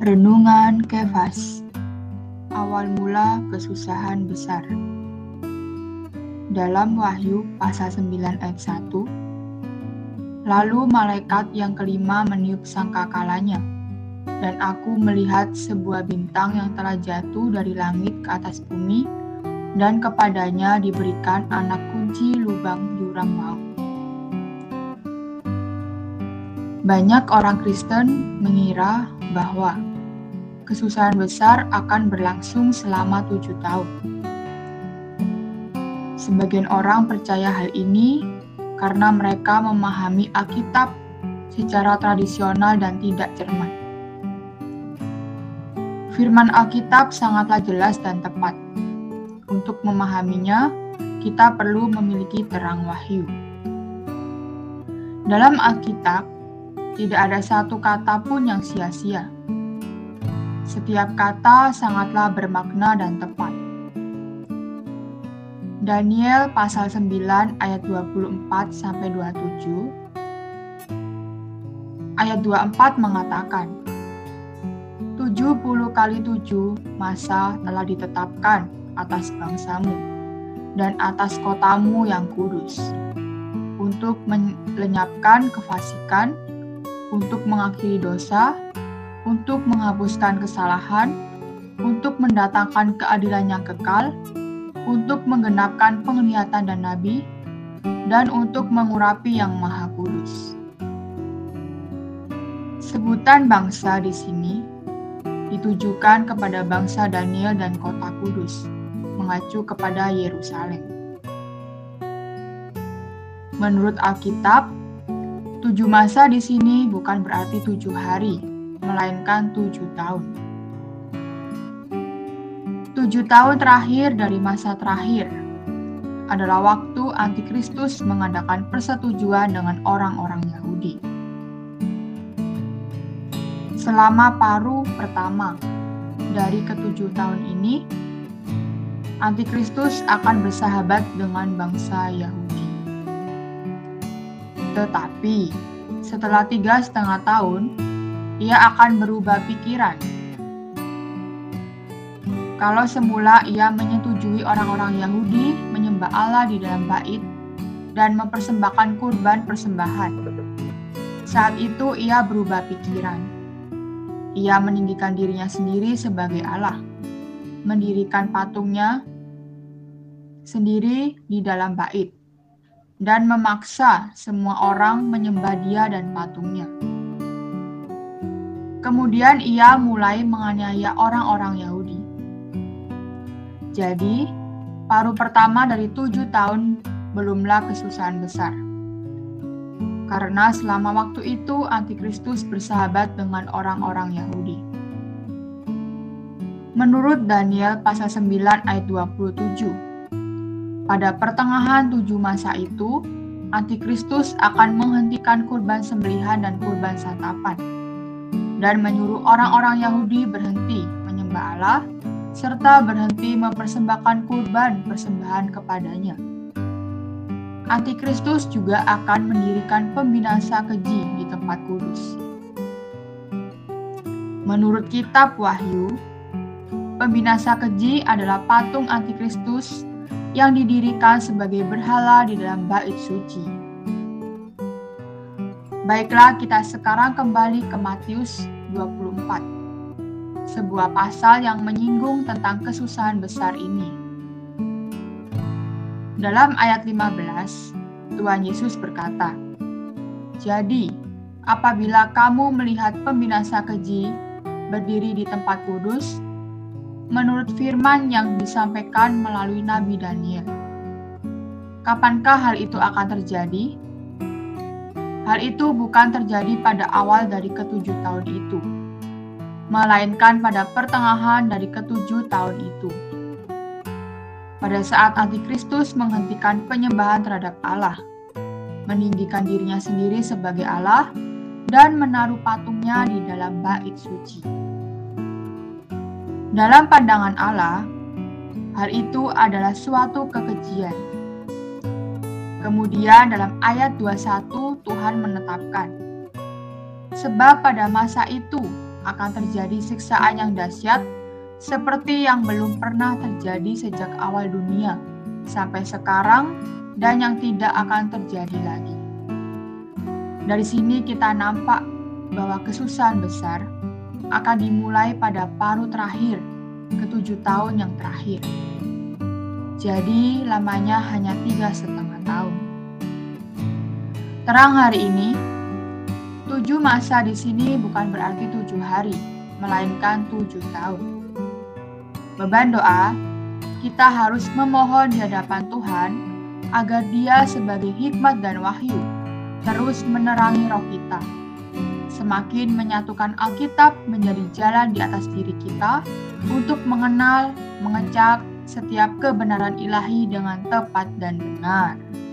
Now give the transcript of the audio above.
Renungan Kefas. Awal mula kesusahan besar. Dalam Wahyu pasal 9 ayat 1. Lalu malaikat yang kelima meniup sangkakalanya, dan aku melihat sebuah bintang yang telah jatuh dari langit ke atas bumi, dan kepadanya diberikan anak kunci lubang jurang maut. Banyak orang Kristen mengira bahwa kesusahan besar akan berlangsung selama 7 tahun. Sebagian orang percaya hal ini karena mereka memahami Alkitab secara tradisional dan tidak cermat. Firman Alkitab sangatlah jelas dan tepat. Untuk memahaminya, kita perlu memiliki terang wahyu. Dalam Alkitab, tidak ada satu kata pun yang sia-sia. Setiap kata sangatlah bermakna dan tepat. Daniel pasal 9 ayat 24-27. Ayat 24 mengatakan, 70 kali 7 masa telah ditetapkan atas bangsamu dan atas kotamu yang kudus, untuk melenyapkan kefasikan, untuk mengakhiri dosa, untuk menghapuskan kesalahan, untuk mendatangkan keadilan yang kekal, untuk menggenapkan penglihatan dan nabi, dan untuk mengurapi yang maha kudus. Sebutan bangsa di sini ditujukan kepada bangsa Daniel dan kota kudus, mengacu kepada Yerusalem. Menurut Alkitab, 7 masa di sini bukan berarti 7 hari, melainkan 7 tahun. 7 tahun terakhir dari masa terakhir adalah waktu Antikristus mengadakan persetujuan dengan orang-orang Yahudi. Selama paruh pertama dari ke-7 tahun ini, Antikristus akan bersahabat dengan bangsa Yahudi. Tetapi, setelah 3,5 tahun, ia akan berubah pikiran. Kalau semula ia menyetujui orang-orang Yahudi menyembah Allah di dalam bait dan mempersembahkan kurban persembahan, saat itu ia berubah pikiran. Ia meninggikan dirinya sendiri sebagai Allah, mendirikan patungnya sendiri di dalam bait, dan memaksa semua orang menyembah dia dan patungnya. Kemudian ia mulai menganiaya orang-orang Yahudi. Jadi, paruh pertama dari 7 tahun belumlah kesusahan besar. Karena selama waktu itu Antikristus bersahabat dengan orang-orang Yahudi. Menurut Daniel pasal 9 ayat 27, pada pertengahan 7 masa itu, Antikristus akan menghentikan kurban sembelihan dan kurban santapan, dan menyuruh orang-orang Yahudi berhenti menyembah Allah, serta berhenti mempersembahkan kurban persembahan kepadanya. Antikristus juga akan mendirikan pembinasa keji di tempat kudus. Menurut kitab Wahyu, pembinasa keji adalah patung Antikristus yang didirikan sebagai berhala di dalam bait suci. Baiklah, kita sekarang kembali ke Matius 24, sebuah pasal yang menyinggung tentang kesusahan besar ini. Dalam ayat 15, Tuhan Yesus berkata, "Jadi, apabila kamu melihat pembinasa keji berdiri di tempat kudus, menurut firman yang disampaikan melalui Nabi Daniel, kapankah hal itu akan terjadi? Hal itu bukan terjadi pada awal dari ke-7 tahun itu, melainkan pada pertengahan dari ke-7 tahun itu. Pada saat Antikristus menghentikan penyembahan terhadap Allah, meninggikan dirinya sendiri sebagai Allah, dan menaruh patungnya di dalam bait suci. Dalam pandangan Allah, hal itu adalah suatu kekejian. Kemudian dalam ayat 21 Tuhan menetapkan, sebab pada masa itu akan terjadi siksaan yang dahsyat seperti yang belum pernah terjadi sejak awal dunia sampai sekarang dan yang tidak akan terjadi lagi. Dari sini kita nampak bahwa kesusahan besar akan dimulai pada paruh terakhir ke-7 tahun yang terakhir. Jadi lamanya hanya 3,5 tahun. Terang hari ini, 7 masa di sini bukan berarti 7 hari, melainkan 7 tahun. Beban doa, kita harus memohon di hadapan Tuhan agar Dia sebagai hikmat dan wahyu terus menerangi roh kita, semakin menyatukan Alkitab menjadi jalan di atas diri kita untuk mengenal, mengecap setiap kebenaran ilahi dengan tepat dan benar.